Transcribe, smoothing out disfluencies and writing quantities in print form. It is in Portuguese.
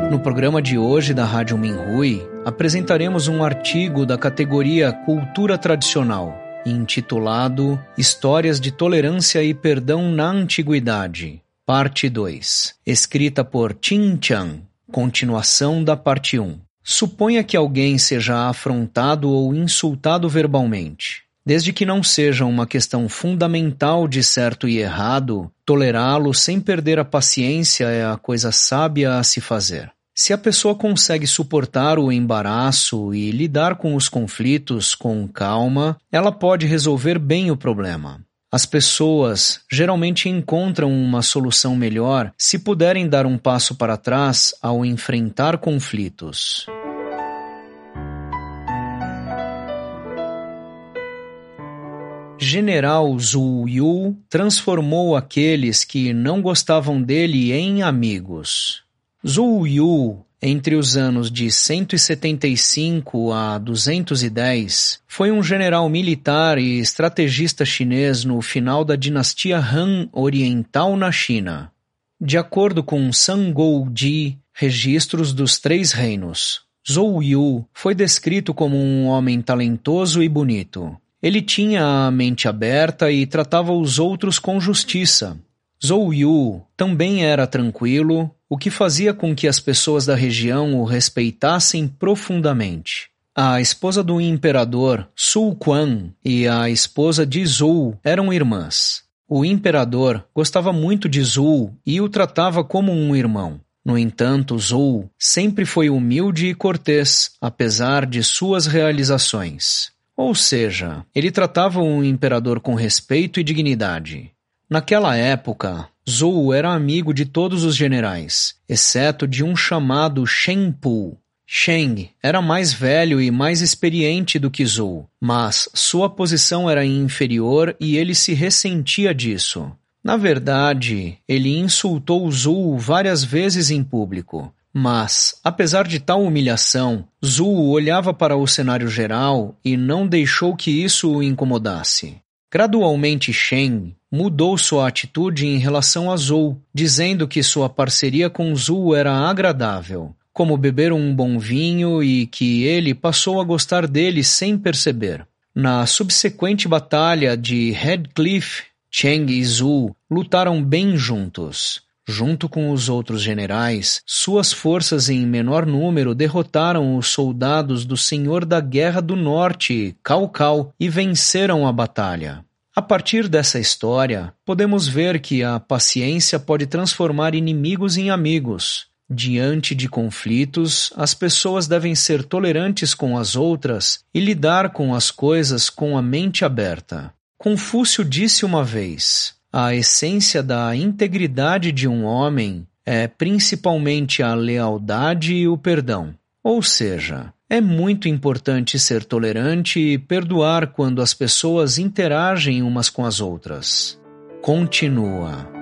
No programa de hoje da Rádio Minhui, apresentaremos um artigo da categoria Cultura Tradicional, intitulado Histórias de Tolerância e Perdão na Antiguidade, Parte 2, escrita por Tin Chan, continuação da Parte 1. Suponha que alguém seja afrontado ou insultado verbalmente. Desde que não seja uma questão fundamental de certo e errado, tolerá-lo sem perder a paciência é a coisa sábia a se fazer. Se a pessoa consegue suportar o embaraço e lidar com os conflitos com calma, ela pode resolver bem o problema. As pessoas geralmente encontram uma solução melhor se puderem dar um passo para trás ao enfrentar conflitos. General Zhou Yu transformou aqueles que não gostavam dele em amigos. Zhou Yu, entre os anos de 175 a 210, foi um general militar e estrategista chinês no final da dinastia Han Oriental na China. De acordo com Sangou Ji, Registros dos Três Reinos, Zhou Yu foi descrito como um homem talentoso e bonito. Ele tinha a mente aberta e tratava os outros com justiça. Zhou Yu também era tranquilo, o que fazia com que as pessoas da região o respeitassem profundamente. A esposa do imperador, Su Quan, e a esposa de Zhou eram irmãs. O imperador gostava muito de Zhou e o tratava como um irmão. No entanto, Zhou sempre foi humilde e cortês, apesar de suas realizações. Ou seja, ele tratava o imperador com respeito e dignidade. Naquela época, Zhou era amigo de todos os generais, exceto de um chamado Shen Pu. Shen era mais velho e mais experiente do que Zhou, mas sua posição era inferior e ele se ressentia disso. Na verdade, ele insultou Zhou várias vezes em público. Mas, apesar de tal humilhação, Zhou olhava para o cenário geral e não deixou que isso o incomodasse. Gradualmente, Shen mudou sua atitude em relação a Zhou, dizendo que sua parceria com Zhou era agradável, como beber um bom vinho e que ele passou a gostar dele sem perceber. Na subsequente batalha de Heathcliff, Cheng e Zhou lutaram bem juntos. Junto com os outros generais, suas forças em menor número derrotaram os soldados do Senhor da Guerra do Norte, Cao Cao, e venceram a batalha. A partir dessa história, podemos ver que a paciência pode transformar inimigos em amigos. Diante de conflitos, as pessoas devem ser tolerantes com as outras e lidar com as coisas com a mente aberta. Confúcio disse uma vez: a essência da integridade de um homem é principalmente a lealdade e o perdão. Ou seja, é muito importante ser tolerante e perdoar quando as pessoas interagem umas com as outras. Continua.